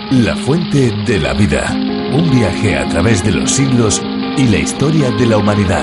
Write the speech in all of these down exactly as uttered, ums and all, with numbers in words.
La Fuente de la Vida. Un viaje a través de los siglos y la historia de la humanidad.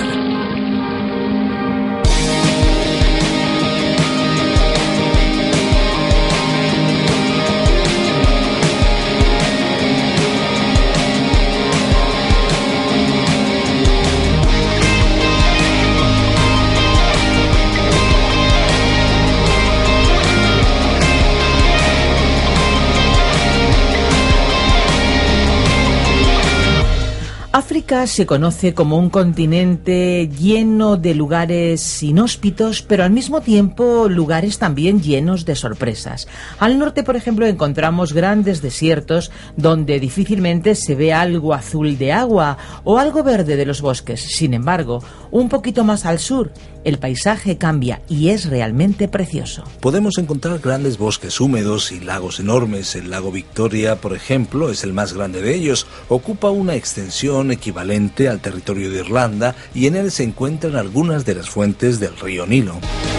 África se conoce como un continente lleno de lugares inhóspitos, pero al mismo tiempo lugares también llenos de sorpresas. Al norte, por ejemplo, encontramos grandes desiertos donde difícilmente se ve algo azul de agua o algo verde de los bosques. Sin embargo, un poquito más al sur, el paisaje cambia y es realmente precioso. Podemos encontrar grandes bosques húmedos y lagos enormes. El lago Victoria, por ejemplo, es el más grande de ellos. Ocupa una extensión equivalente al territorio de Irlanda y en él se encuentran algunas de las fuentes del río Nilo.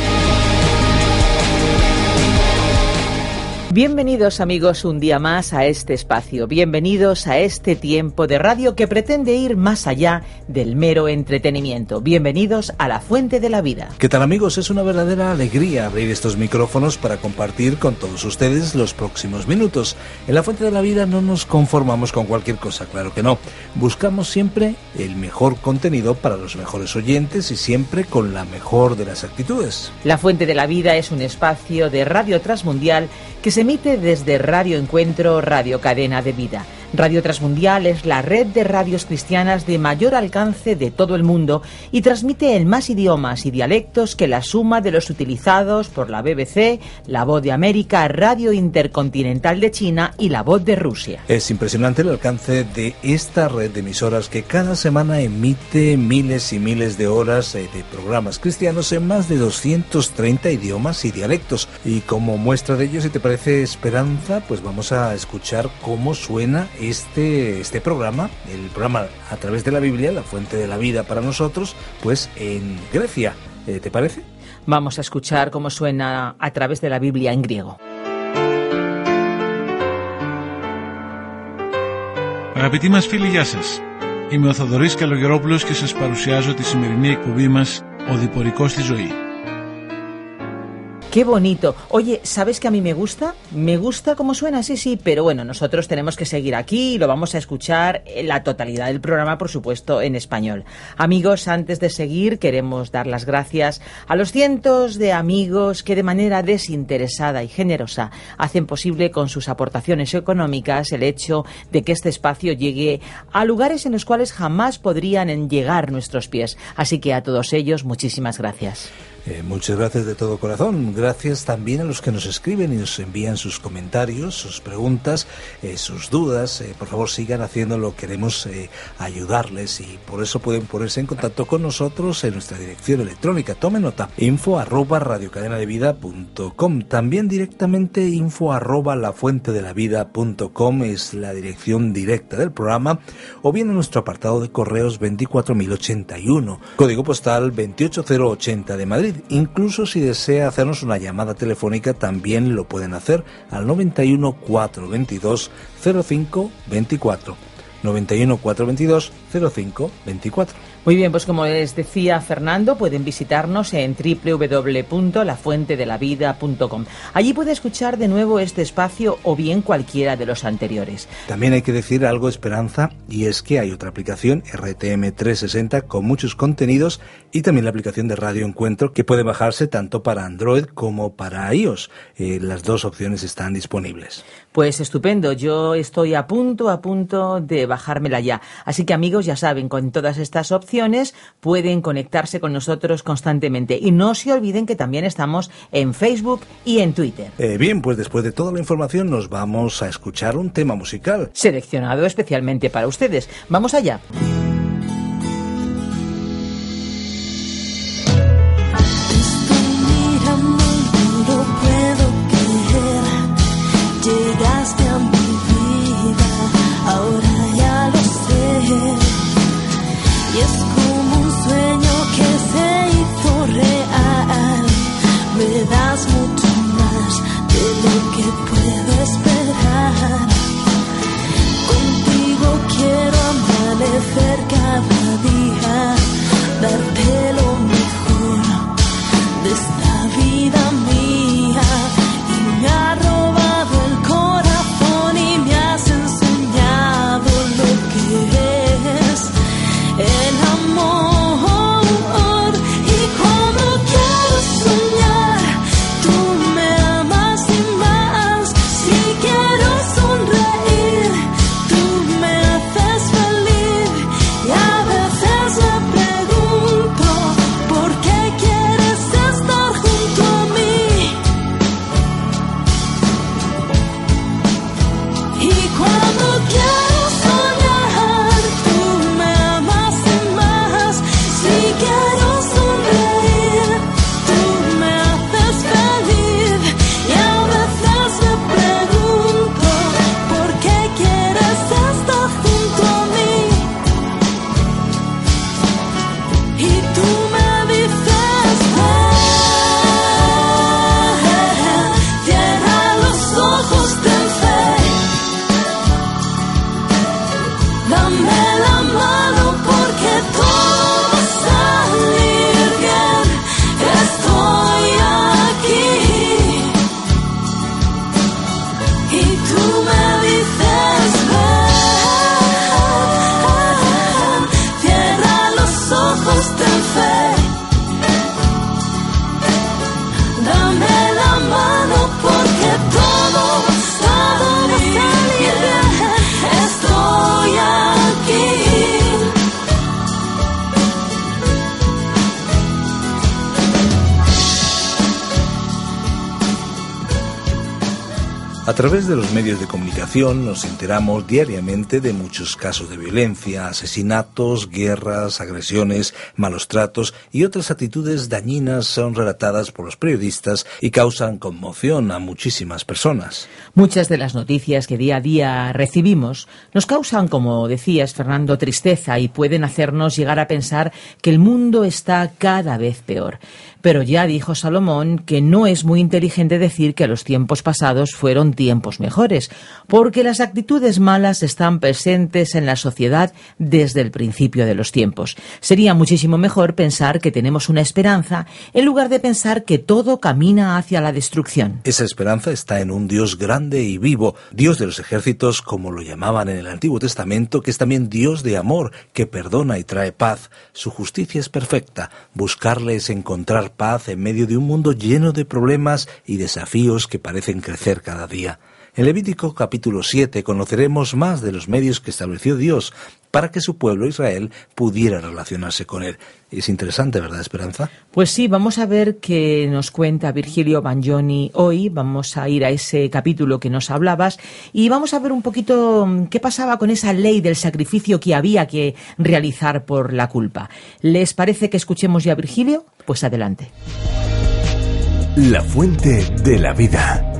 Bienvenidos amigos un día más a este espacio, bienvenidos a este tiempo de radio que pretende ir más allá del mero entretenimiento. Bienvenidos a La Fuente de la Vida. ¿Qué tal amigos? Es una verdadera alegría abrir estos micrófonos para compartir con todos ustedes los próximos minutos. En La Fuente de la Vida no nos conformamos con cualquier cosa, claro que no. Buscamos siempre el mejor contenido para los mejores oyentes y siempre con la mejor de las actitudes. La Fuente de la Vida es un espacio de Radio Transmundial que se emite desde Radio Encuentro, Radio Cadena de Vida. Radio Transmundial es la red de radios cristianas de mayor alcance de todo el mundo y transmite en más idiomas y dialectos que la suma de los utilizados por la B B C, la Voz de América, Radio Intercontinental de China y la Voz de Rusia. Es impresionante el alcance de esta red de emisoras que cada semana emite miles y miles de horas de programas cristianos en más de doscientos treinta idiomas y dialectos. Y como muestra de ello, si te parece, Esperanza, pues vamos a escuchar cómo suena Este, este programa, el programa a través de la Biblia, La Fuente de la Vida para nosotros, pues en Grecia. Eh, ¿Te parece? Vamos a escuchar cómo suena a través de la Biblia en griego. Αγαπητοί μας φίλοι, γεια σας. Είμαι ο Θοδωρής Καλογερόπουλος και σας παρουσιάζω τη σημερινή εκπομπή μας «Ο Διπορικός στη Ζωή». ¡Qué bonito! Oye, ¿sabes que a mí me gusta? Me gusta cómo suena, sí, sí, pero bueno, nosotros tenemos que seguir aquí y lo vamos a escuchar en la totalidad del programa, por supuesto, en español. Amigos, antes de seguir, queremos dar las gracias a los cientos de amigos que de manera desinteresada y generosa hacen posible con sus aportaciones económicas el hecho de que este espacio llegue a lugares en los cuales jamás podrían llegar nuestros pies. Así que a todos ellos, muchísimas gracias. Eh, muchas gracias de todo corazón. Gracias también a los que nos escriben y nos envían sus comentarios, sus preguntas, eh, sus dudas. Eh, por favor, sigan haciéndolo. Queremos eh, ayudarles y por eso pueden ponerse en contacto con nosotros en nuestra dirección electrónica. Tomen nota: info arroba radiocadenadevida punto com. También directamente info arroba lafuentedelavida punto com es la dirección directa del programa, o bien en nuestro apartado de correos veinticuatro mil ochenta y uno, código postal veintiocho mil ochenta de Madrid. Incluso si desea hacernos una llamada telefónica, también lo pueden hacer al noventa y uno, cuatrocientos veintidós, cero cinco veinticuatro. noventa y uno, cuatrocientos veintidós, cero cinco veinticuatro. Muy bien, pues como les decía Fernando, pueden visitarnos en doble u doble u doble u punto la fuente de la vida punto com. Allí puede escuchar de nuevo este espacio o bien cualquiera de los anteriores. También hay que decir algo, Esperanza, y es que hay otra aplicación, R T M trescientos sesenta, con muchos contenidos, y también la aplicación de Radio Encuentro, que puede bajarse tanto para Android como para iOS. Eh, las dos opciones están disponibles. Pues estupendo, yo estoy a punto, a punto de bajármela ya. Así que amigos, ya saben, con todas estas opciones pueden conectarse con nosotros constantemente. Y no se olviden que también estamos en Facebook y en Twitter. Eh, bien, pues después de toda la información nos vamos a escuchar un tema musical seleccionado especialmente para ustedes. ¡Vamos allá! Mucho más de lo que puedo esperar. A través de los medios de comunicación nos enteramos diariamente de muchos casos de violencia, asesinatos, guerras, agresiones, malos tratos y otras actitudes dañinas son relatadas por los periodistas y causan conmoción a muchísimas personas. Muchas de las noticias que día a día recibimos nos causan, como decías, Fernando, tristeza y pueden hacernos llegar a pensar que el mundo está cada vez peor. Pero ya dijo Salomón que no es muy inteligente decir que los tiempos pasados fueron tiempos mejores, porque las actitudes malas están presentes en la sociedad desde el principio de los tiempos. Sería muchísimo mejor pensar que tenemos una esperanza en lugar de pensar que todo camina hacia la destrucción. Esa esperanza está en un Dios grande y vivo, Dios de los ejércitos, como lo llamaban en el Antiguo Testamento, que es también Dios de amor, que perdona y trae paz. Su justicia es perfecta. Buscarle es encontrar paz en medio de un mundo lleno de problemas y desafíos que parecen crecer cada día. En Levítico capítulo siete conoceremos más de los medios que estableció Dios para que su pueblo Israel pudiera relacionarse con él. Es interesante, ¿verdad, Esperanza? Pues sí, vamos a ver qué nos cuenta Virgilio Bagnoni hoy. Vamos a ir a ese capítulo que nos hablabas y vamos a ver un poquito qué pasaba con esa ley del sacrificio que había que realizar por la culpa. ¿Les parece que escuchemos ya a Virgilio? Pues adelante. La fuente de la vida.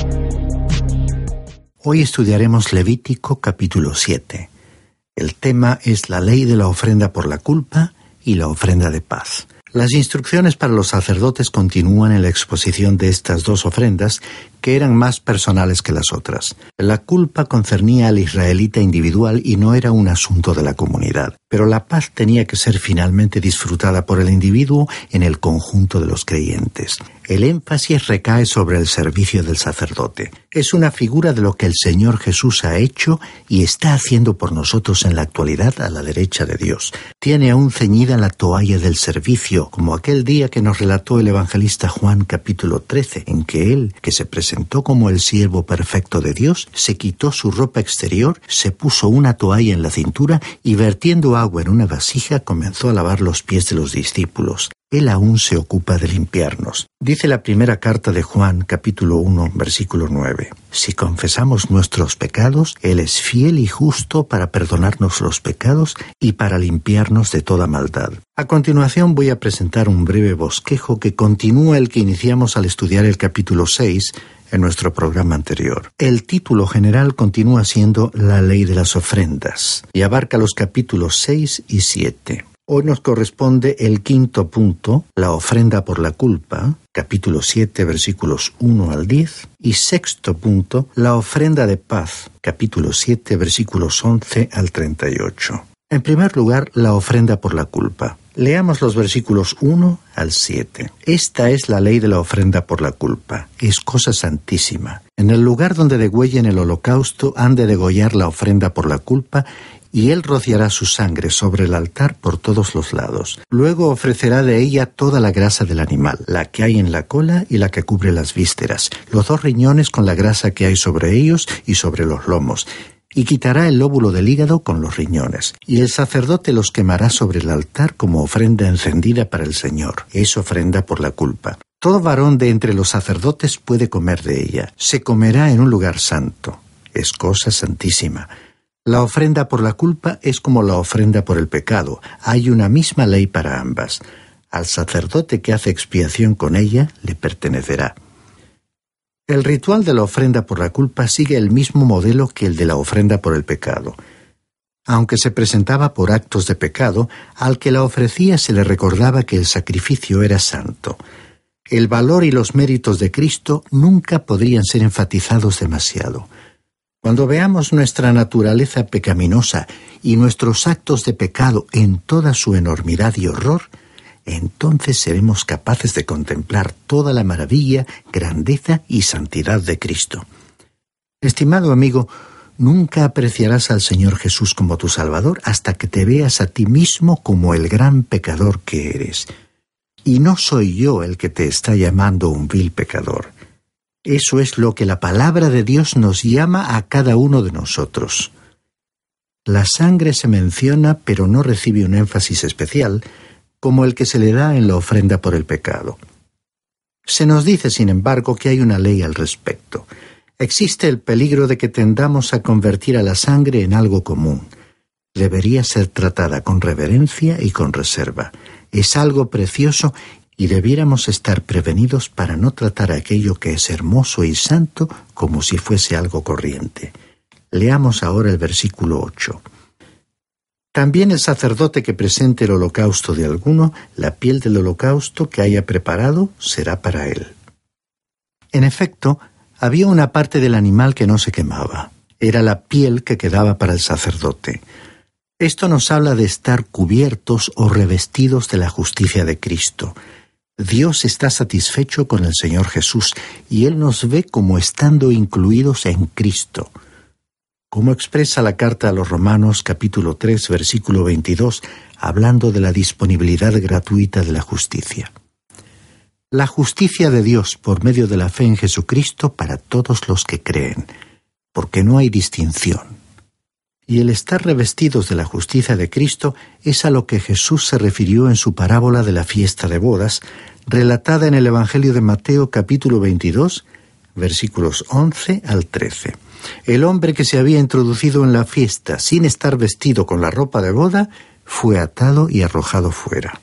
Hoy estudiaremos Levítico capítulo siete. El tema es la ley de la ofrenda por la culpa y la ofrenda de paz. Las instrucciones para los sacerdotes continúan en la exposición de estas dos ofrendas, que eran más personales que las otras. La culpa concernía al israelita individual y no era un asunto de la comunidad, pero la paz tenía que ser finalmente disfrutada por el individuo en el conjunto de los creyentes. El énfasis recae sobre el servicio del sacerdote. Es una figura de lo que el Señor Jesús ha hecho y está haciendo por nosotros en la actualidad a la derecha de Dios. Tiene aún ceñida la toalla del servicio, como aquel día que nos relató el evangelista Juan capítulo trece, en que él, que se presentó como el siervo perfecto de Dios, se quitó su ropa exterior, se puso una toalla en la cintura y vertiendo agua en una vasija comenzó a lavar los pies de los discípulos. Él aún se ocupa de limpiarnos. Dice la primera carta de Juan, capítulo uno, versículo nueve. Si confesamos nuestros pecados, Él es fiel y justo para perdonarnos los pecados y para limpiarnos de toda maldad. A continuación voy a presentar un breve bosquejo que continúa el que iniciamos al estudiar el capítulo seis en nuestro programa anterior. El título general continúa siendo La ley de las ofrendas y abarca los capítulos seis y siete. Hoy nos corresponde el quinto punto, la ofrenda por la culpa, capítulo siete, versículos uno al diez, y sexto punto, la ofrenda de paz, capítulo siete, versículos once al treinta y ocho. En primer lugar, la ofrenda por la culpa. Leamos los versículos uno al siete. Esta es la ley de la ofrenda por la culpa. Es cosa santísima. En el lugar donde degüellen el holocausto han de degollar la ofrenda por la culpa, y él rociará su sangre sobre el altar por todos los lados. Luego ofrecerá de ella toda la grasa del animal, la que hay en la cola y la que cubre las vísceras, los dos riñones con la grasa que hay sobre ellos y sobre los lomos, y quitará el lóbulo del hígado con los riñones. Y el sacerdote los quemará sobre el altar como ofrenda encendida para el Señor. Es ofrenda por la culpa. Todo varón de entre los sacerdotes puede comer de ella. Se comerá en un lugar santo. Es cosa santísima. La ofrenda por la culpa es como la ofrenda por el pecado. Hay una misma ley para ambas. Al sacerdote que hace expiación con ella le pertenecerá. El ritual de la ofrenda por la culpa sigue el mismo modelo que el de la ofrenda por el pecado. Aunque se presentaba por actos de pecado, al que la ofrecía se le recordaba que el sacrificio era santo. El valor y los méritos de Cristo nunca podrían ser enfatizados demasiado. Cuando veamos nuestra naturaleza pecaminosa y nuestros actos de pecado en toda su enormidad y horror, entonces seremos capaces de contemplar toda la maravilla, grandeza y santidad de Cristo. Estimado amigo, nunca apreciarás al Señor Jesús como tu Salvador hasta que te veas a ti mismo como el gran pecador que eres. Y no soy yo el que te está llamando un vil pecador. Eso es lo que la palabra de Dios nos llama a cada uno de nosotros. La sangre se menciona, pero no recibe un énfasis especial, como el que se le da en la ofrenda por el pecado. Se nos dice, sin embargo, que hay una ley al respecto. Existe el peligro de que tendamos a convertir a la sangre en algo común. Debería ser tratada con reverencia y con reserva. Es algo precioso y debiéramos estar prevenidos para no tratar aquello que es hermoso y santo como si fuese algo corriente. Leamos ahora el versículo ocho. También el sacerdote que presente el holocausto de alguno, la piel del holocausto que haya preparado, será para él. En efecto, había una parte del animal que no se quemaba. Era la piel que quedaba para el sacerdote. Esto nos habla de estar cubiertos o revestidos de la justicia de Cristo. Dios está satisfecho con el Señor Jesús y Él nos ve como estando incluidos en Cristo. Como expresa la carta a los Romanos capítulo tres, versículo veintidós, hablando de la disponibilidad gratuita de la justicia. La justicia de Dios por medio de la fe en Jesucristo para todos los que creen, porque no hay distinción. Y el estar revestidos de la justicia de Cristo es a lo que Jesús se refirió en su parábola de la fiesta de bodas, relatada en el Evangelio de Mateo capítulo veintidós, versículos once al trece. El hombre que se había introducido en la fiesta sin estar vestido con la ropa de boda fue atado y arrojado fuera.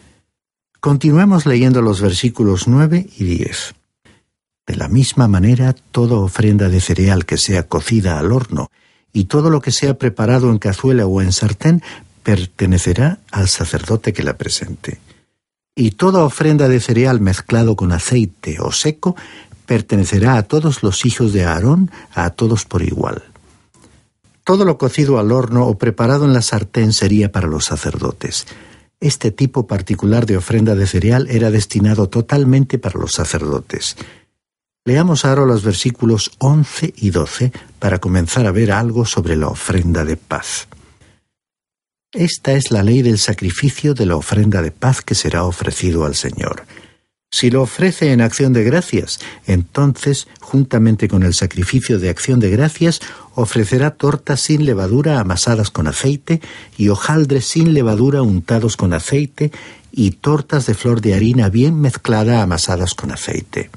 Continuemos leyendo los versículos nueve y diez. De la misma manera, toda ofrenda de cereal que sea cocida al horno y todo lo que sea preparado en cazuela o en sartén pertenecerá al sacerdote que la presente. Y toda ofrenda de cereal mezclado con aceite o seco pertenecerá a todos los hijos de Aarón, a todos por igual. Todo lo cocido al horno o preparado en la sartén sería para los sacerdotes. Este tipo particular de ofrenda de cereal era destinado totalmente para los sacerdotes. Leamos ahora los versículos once y doce para comenzar a ver algo sobre la ofrenda de paz. Esta es la ley del sacrificio de la ofrenda de paz que será ofrecido al Señor. Si lo ofrece en acción de gracias, entonces, juntamente con el sacrificio de acción de gracias, ofrecerá tortas sin levadura amasadas con aceite y hojaldres sin levadura untados con aceite y tortas de flor de harina bien mezclada amasadas con aceite.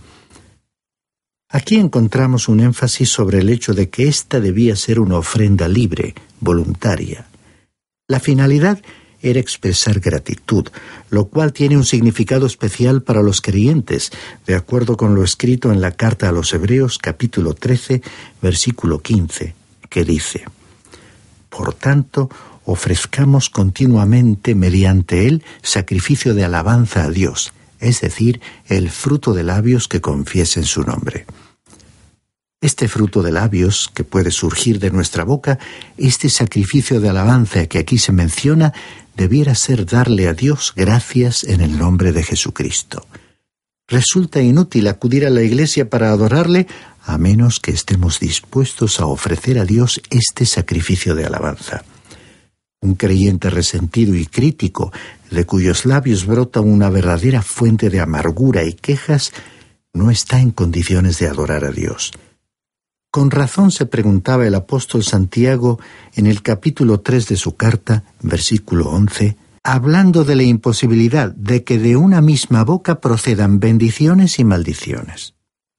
Aquí encontramos un énfasis sobre el hecho de que ésta debía ser una ofrenda libre, voluntaria. La finalidad era expresar gratitud, lo cual tiene un significado especial para los creyentes, de acuerdo con lo escrito en la carta a los Hebreos capítulo trece, versículo quince, que dice: Por tanto, ofrezcamos continuamente mediante él sacrificio de alabanza a Dios, es decir, el fruto de labios que confiesen su nombre. Este fruto de labios que puede surgir de nuestra boca, este sacrificio de alabanza que aquí se menciona, debiera ser darle a Dios gracias en el nombre de Jesucristo. Resulta inútil acudir a la iglesia para adorarle a menos que estemos dispuestos a ofrecer a Dios este sacrificio de alabanza. Un creyente resentido y crítico, de cuyos labios brota una verdadera fuente de amargura y quejas, no está en condiciones de adorar a Dios. Con razón se preguntaba el apóstol Santiago en el capítulo tres de su carta, versículo once, hablando de la imposibilidad de que de una misma boca procedan bendiciones y maldiciones.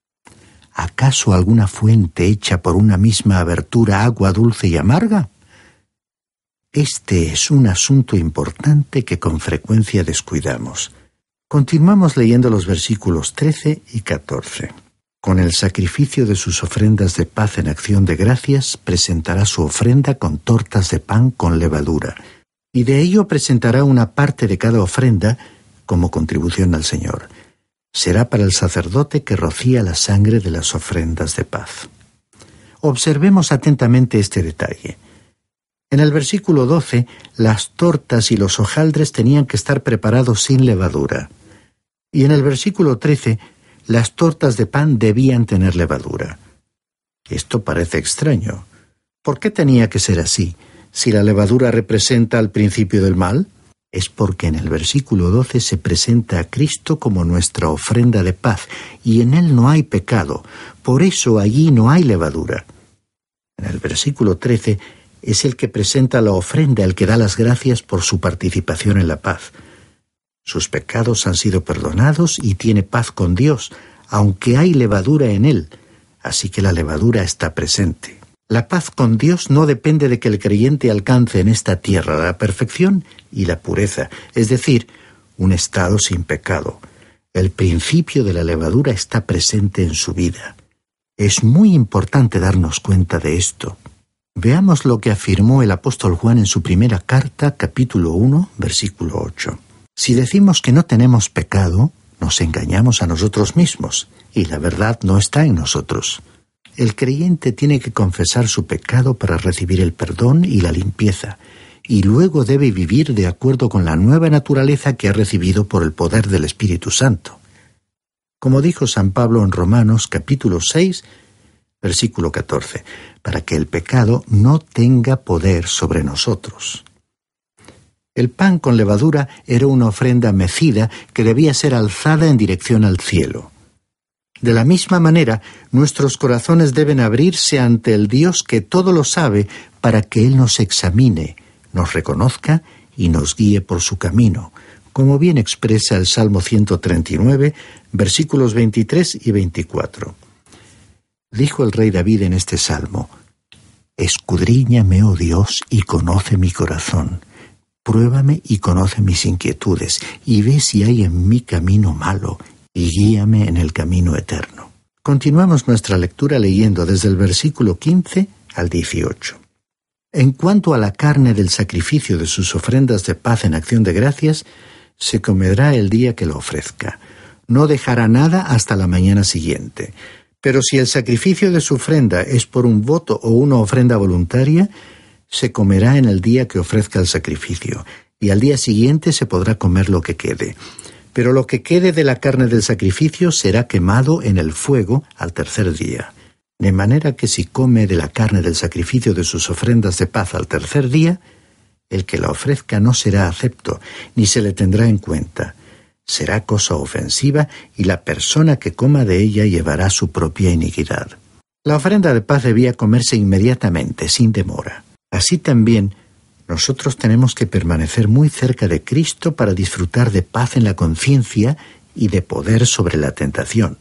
¿Acaso alguna fuente hecha por una misma abertura agua dulce y amarga? Este es un asunto importante que con frecuencia descuidamos. Continuamos leyendo los versículos trece y catorce. Con el sacrificio de sus ofrendas de paz en acción de gracias, presentará su ofrenda con tortas de pan con levadura, y de ello presentará una parte de cada ofrenda como contribución al Señor. Será para el sacerdote que rocía la sangre de las ofrendas de paz. Observemos atentamente este detalle. En el versículo doce, las tortas y los hojaldres tenían que estar preparados sin levadura. Y en el versículo trece, las tortas de pan debían tener levadura. Esto parece extraño. ¿Por qué tenía que ser así? Si la levadura representa al principio del mal, es porque en el versículo doce se presenta a Cristo como nuestra ofrenda de paz, y en él no hay pecado, por eso allí no hay levadura. En el versículo trece es el que presenta la ofrenda, el que da las gracias por su participación en la paz. Sus pecados han sido perdonados y tiene paz con Dios, aunque hay levadura en él, así que la levadura está presente. La paz con Dios no depende de que el creyente alcance en esta tierra la perfección y la pureza, es decir, un estado sin pecado. El principio de la levadura está presente en su vida. Es muy importante darnos cuenta de esto. Veamos lo que afirmó el apóstol Juan en su primera carta, capítulo uno, versículo ocho. Si decimos que no tenemos pecado, nos engañamos a nosotros mismos, y la verdad no está en nosotros. El creyente tiene que confesar su pecado para recibir el perdón y la limpieza, y luego debe vivir de acuerdo con la nueva naturaleza que ha recibido por el poder del Espíritu Santo. Como dijo San Pablo en Romanos, capítulo seis, versículo catorce, para que el pecado no tenga poder sobre nosotros. El pan con levadura era una ofrenda mecida que debía ser alzada en dirección al cielo. De la misma manera, nuestros corazones deben abrirse ante el Dios que todo lo sabe para que Él nos examine, nos reconozca y nos guíe por su camino, como bien expresa el Salmo ciento treinta y nueve, versículos veintitrés y veinticuatro. Dijo el rey David en este salmo: «Escudriñame, oh Dios, y conoce mi corazón. Pruébame y conoce mis inquietudes, y ve si hay en mí camino malo, y guíame en el camino eterno». Continuamos nuestra lectura leyendo desde el versículo quince al dieciocho. En cuanto a la carne del sacrificio de sus ofrendas de paz en acción de gracias, se comerá el día que lo ofrezca. No dejará nada hasta la mañana siguiente. Pero si el sacrificio de su ofrenda es por un voto o una ofrenda voluntaria, se comerá en el día que ofrezca el sacrificio, y al día siguiente se podrá comer lo que quede. Pero lo que quede de la carne del sacrificio será quemado en el fuego al tercer día. De manera que si come de la carne del sacrificio de sus ofrendas de paz al tercer día, el que la ofrezca no será acepto, ni se le tendrá en cuenta. Será cosa ofensiva, y la persona que coma de ella llevará su propia iniquidad. La ofrenda de paz debía comerse inmediatamente, sin demora. Así también, nosotros tenemos que permanecer muy cerca de Cristo para disfrutar de paz en la conciencia y de poder sobre la tentación.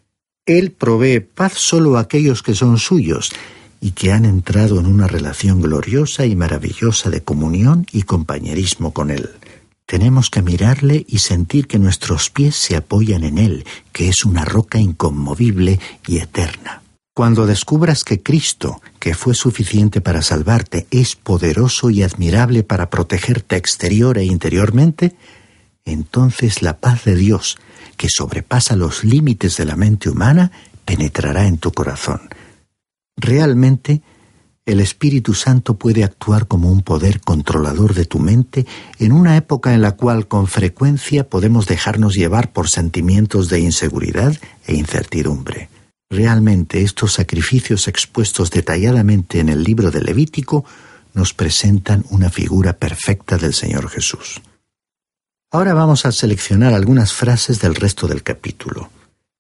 Él provee paz solo a aquellos que son suyos y que han entrado en una relación gloriosa y maravillosa de comunión y compañerismo con Él. Tenemos que mirarle y sentir que nuestros pies se apoyan en Él, que es una roca inconmovible y eterna. Cuando descubras que Cristo, que fue suficiente para salvarte, es poderoso y admirable para protegerte exterior e interiormente, entonces la paz de Dios, que sobrepasa los límites de la mente humana, penetrará en tu corazón. Realmente, el Espíritu Santo puede actuar como un poder controlador de tu mente en una época en la cual con frecuencia podemos dejarnos llevar por sentimientos de inseguridad e incertidumbre. Realmente estos sacrificios expuestos detalladamente en el libro de Levítico nos presentan una figura perfecta del Señor Jesús. Ahora vamos a seleccionar algunas frases del resto del capítulo.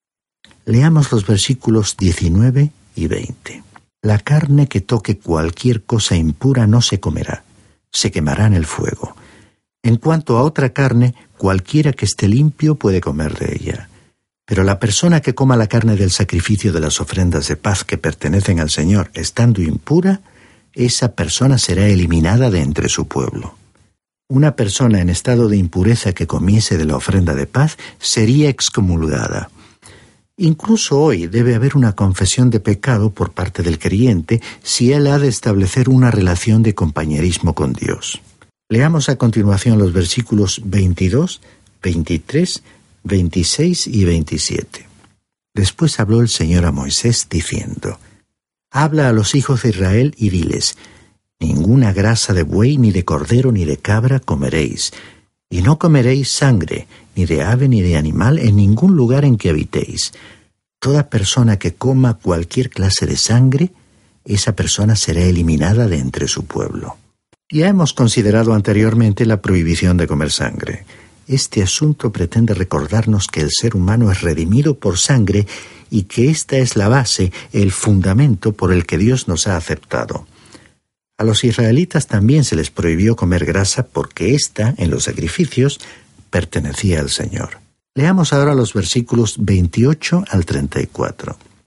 Leamos los versículos diecinueve y veinte. La carne que toque cualquier cosa impura no se comerá, se quemará en el fuego. En cuanto a otra carne, cualquiera que esté limpio puede comer de ella. Pero la persona que coma la carne del sacrificio de las ofrendas de paz que pertenecen al Señor, estando impura, esa persona será eliminada de entre su pueblo. Una persona en estado de impureza que comiese de la ofrenda de paz sería excomulgada. Incluso hoy debe haber una confesión de pecado por parte del creyente si él ha de establecer una relación de compañerismo con Dios. Leamos a continuación los versículos veintidós, veintitrés, veintiséis y veintisiete. Después habló el Señor a Moisés diciendo: «Habla a los hijos de Israel y diles: ninguna grasa de buey, ni de cordero, ni de cabra comeréis, y no comeréis sangre, ni de ave, ni de animal, en ningún lugar en que habitéis. Toda persona que coma cualquier clase de sangre, esa persona será eliminada de entre su pueblo». Ya hemos considerado anteriormente la prohibición de comer sangre. Este asunto pretende recordarnos que el ser humano es redimido por sangre y que esta es la base, el fundamento por el que Dios nos ha aceptado. A los israelitas también se les prohibió comer grasa porque ésta, en los sacrificios, pertenecía al Señor. Leamos ahora los versículos veintiocho al treinta y cuatro.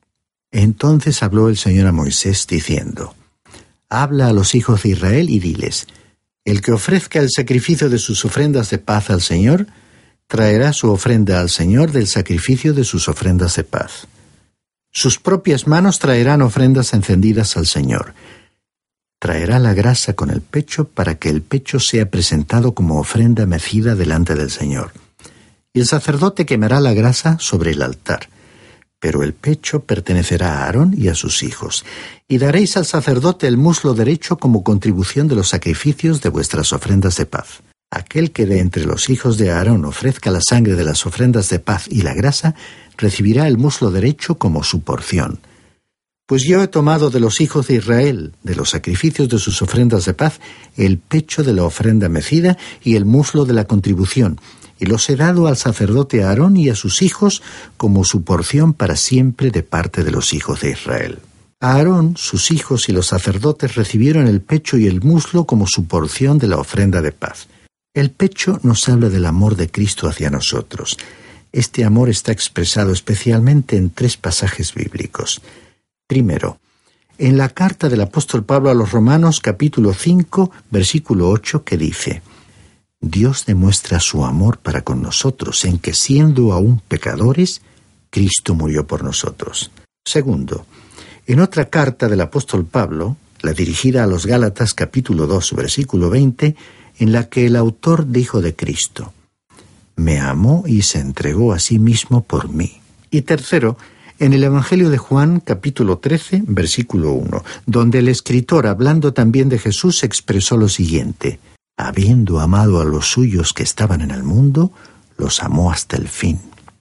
Entonces habló el Señor a Moisés diciendo: Habla a los hijos de Israel y diles: El que ofrezca el sacrificio de sus ofrendas de paz al Señor, traerá su ofrenda al Señor del sacrificio de sus ofrendas de paz. Sus propias manos traerán ofrendas encendidas al Señor. Traerá la grasa con el pecho para que el pecho sea presentado como ofrenda mecida delante del Señor. Y el sacerdote quemará la grasa sobre el altar. Pero el pecho pertenecerá a Aarón y a sus hijos. Y daréis al sacerdote el muslo derecho como contribución de los sacrificios de vuestras ofrendas de paz. Aquel que de entre los hijos de Aarón ofrezca la sangre de las ofrendas de paz y la grasa, recibirá el muslo derecho como su porción. Pues yo he tomado de los hijos de Israel, de los sacrificios de sus ofrendas de paz, el pecho de la ofrenda mecida y el muslo de la contribución, y los he dado al sacerdote Aarón y a sus hijos como su porción para siempre de parte de los hijos de Israel. Aarón, sus hijos y los sacerdotes recibieron el pecho y el muslo como su porción de la ofrenda de paz. El pecho nos habla del amor de Cristo hacia nosotros. Este amor está expresado especialmente en tres pasajes bíblicos. Primero, en la carta del apóstol Pablo a los Romanos, capítulo cinco, versículo ocho, que dice: Dios demuestra su amor para con nosotros en que, siendo aún pecadores, Cristo murió por nosotros. Segundo, en otra carta del apóstol Pablo, la dirigida a los Gálatas, capítulo dos, versículo veinte, en la que el autor dijo de Cristo: Me amó y se entregó a sí mismo por mí. Y tercero, en el Evangelio de Juan, capítulo trece, versículo uno, donde el escritor, hablando también de Jesús, expresó lo siguiente: Habiendo amado a los suyos que estaban en el mundo, los amó hasta el fin.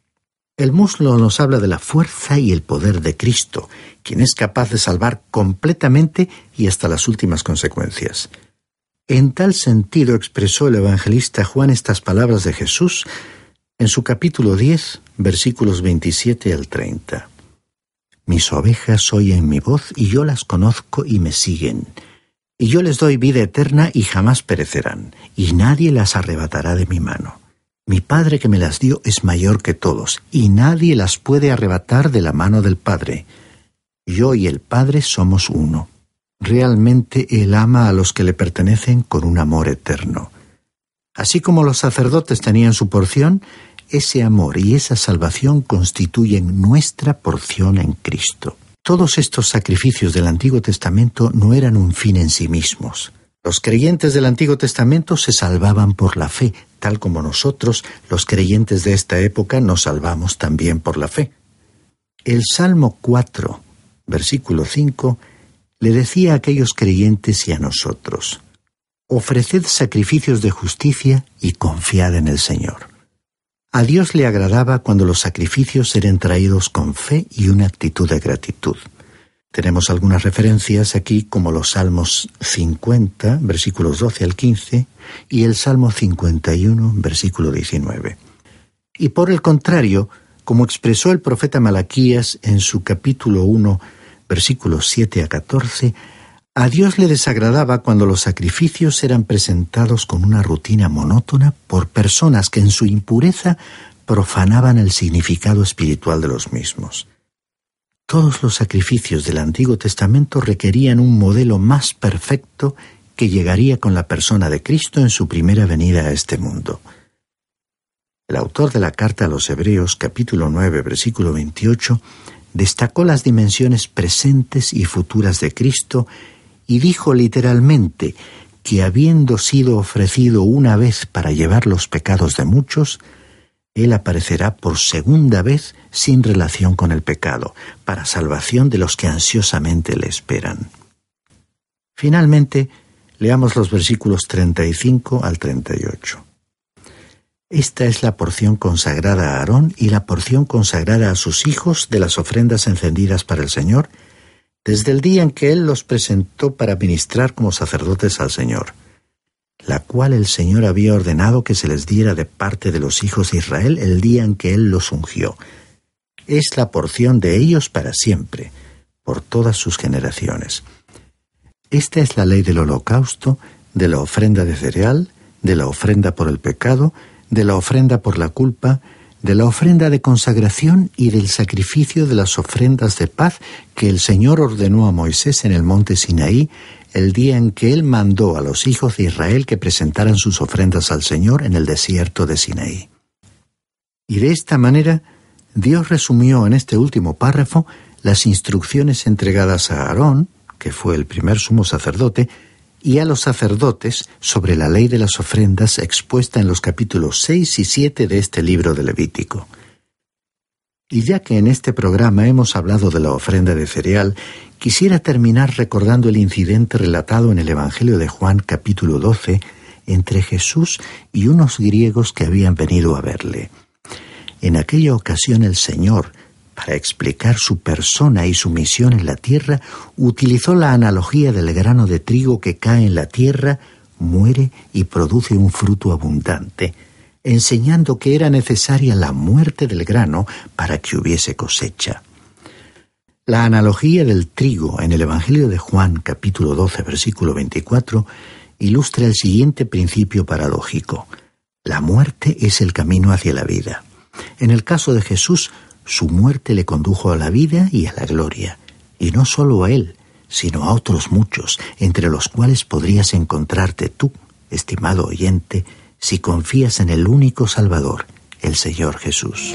El muslo nos habla de la fuerza y el poder de Cristo, quien es capaz de salvar completamente y hasta las últimas consecuencias. En tal sentido expresó el evangelista Juan estas palabras de Jesús en su capítulo diez, versículos veintisiete al treinta. Mis ovejas oyen mi voz y yo las conozco y me siguen. Y yo les doy vida eterna y jamás perecerán, y nadie las arrebatará de mi mano. Mi Padre que me las dio es mayor que todos, y nadie las puede arrebatar de la mano del Padre. Yo y el Padre somos uno. Realmente Él ama a los que le pertenecen con un amor eterno. Así como los sacerdotes tenían su porción, ese amor y esa salvación constituyen nuestra porción en Cristo. Todos estos sacrificios del Antiguo Testamento no eran un fin en sí mismos. Los creyentes del Antiguo Testamento se salvaban por la fe, tal como nosotros, los creyentes de esta época, nos salvamos también por la fe. El Salmo cuatro, versículo cinco, le decía a aquellos creyentes y a nosotros: ofreced sacrificios de justicia y confiad en el Señor. A Dios le agradaba cuando los sacrificios eran traídos con fe y una actitud de gratitud. Tenemos algunas referencias aquí, como los Salmos cincuenta, versículos doce al quince, y el Salmo cincuenta y uno, versículo diecinueve. Y por el contrario, como expresó el profeta Malaquías en su capítulo uno, versículos siete a catorce, a Dios le desagradaba cuando los sacrificios eran presentados con una rutina monótona por personas que en su impureza profanaban el significado espiritual de los mismos. Todos los sacrificios del Antiguo Testamento requerían un modelo más perfecto que llegaría con la persona de Cristo en su primera venida a este mundo. El autor de la carta a los Hebreos, capítulo nueve, versículo veintiocho, destacó las dimensiones presentes y futuras de Cristo y dijo literalmente que, habiendo sido ofrecido una vez para llevar los pecados de muchos, Él aparecerá por segunda vez sin relación con el pecado, para salvación de los que ansiosamente le esperan. Finalmente, leamos los versículos treinta y cinco al treinta y ocho. Esta es la porción consagrada a Aarón y la porción consagrada a sus hijos de las ofrendas encendidas para el Señor, desde el día en que Él los presentó para ministrar como sacerdotes al Señor, la cual el Señor había ordenado que se les diera de parte de los hijos de Israel el día en que Él los ungió. Es la porción de ellos para siempre, por todas sus generaciones. Esta es la ley del holocausto, de la ofrenda de cereal, de la ofrenda por el pecado, de la ofrenda por la culpa, de la ofrenda de consagración y del sacrificio de las ofrendas de paz que el Señor ordenó a Moisés en el monte Sinaí el día en que él mandó a los hijos de Israel que presentaran sus ofrendas al Señor en el desierto de Sinaí. Y de esta manera, Dios resumió en este último párrafo las instrucciones entregadas a Aarón, que fue el primer sumo sacerdote, y a los sacerdotes sobre la ley de las ofrendas expuesta en los capítulos seis y siete de este libro de Levítico. Y ya que en este programa hemos hablado de la ofrenda de cereal, quisiera terminar recordando el incidente relatado en el Evangelio de Juan capítulo doce entre Jesús y unos griegos que habían venido a verle. En aquella ocasión el Señor, para explicar su persona y su misión en la tierra, utilizó la analogía del grano de trigo que cae en la tierra, muere y produce un fruto abundante, enseñando que era necesaria la muerte del grano para que hubiese cosecha. La analogía del trigo en el Evangelio de Juan, capítulo doce, versículo veinticuatro, ilustra el siguiente principio paradójico. La muerte es el camino hacia la vida. En el caso de Jesús, su muerte le condujo a la vida y a la gloria, y no solo a él, sino a otros muchos, entre los cuales podrías encontrarte tú, estimado oyente, si confías en el único Salvador, el Señor Jesús.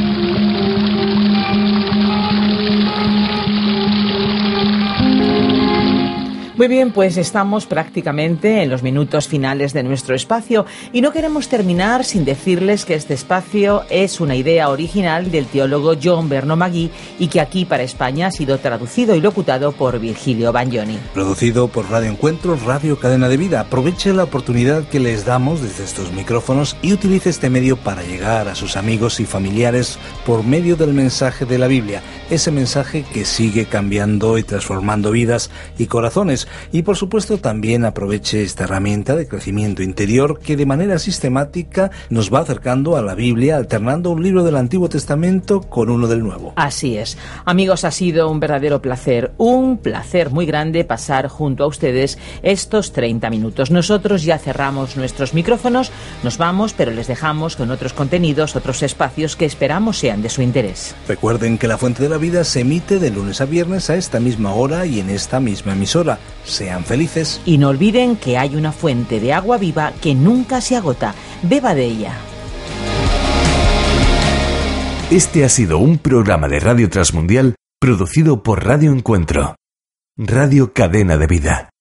Muy bien, pues estamos prácticamente en los minutos finales de nuestro espacio y no queremos terminar sin decirles que este espacio es una idea original del teólogo John Berno Magui y que aquí para España ha sido traducido y locutado por Virgilio Bagnoni. Producido por Radio Encuentro, Radio Cadena de Vida. Aproveche la oportunidad que les damos desde estos micrófonos y utilice este medio para llegar a sus amigos y familiares por medio del mensaje de la Biblia, ese mensaje que sigue cambiando y transformando vidas y corazones. Y por supuesto también aproveche esta herramienta de crecimiento interior que de manera sistemática nos va acercando a la Biblia, alternando un libro del Antiguo Testamento con uno del Nuevo. Así es. Amigos, ha sido un verdadero placer, un placer muy grande pasar junto a ustedes estos treinta minutos. Nosotros ya cerramos nuestros micrófonos, nos vamos, pero les dejamos con otros contenidos, otros espacios que esperamos sean de su interés. Recuerden que La Fuente de la Vida se emite de lunes a viernes a esta misma hora y en esta misma emisora. Sean felices. Y no olviden que hay una fuente de agua viva que nunca se agota. Beba de ella. Este ha sido un programa de Radio Transmundial producido por Radio Encuentro, Radio Cadena de Vida.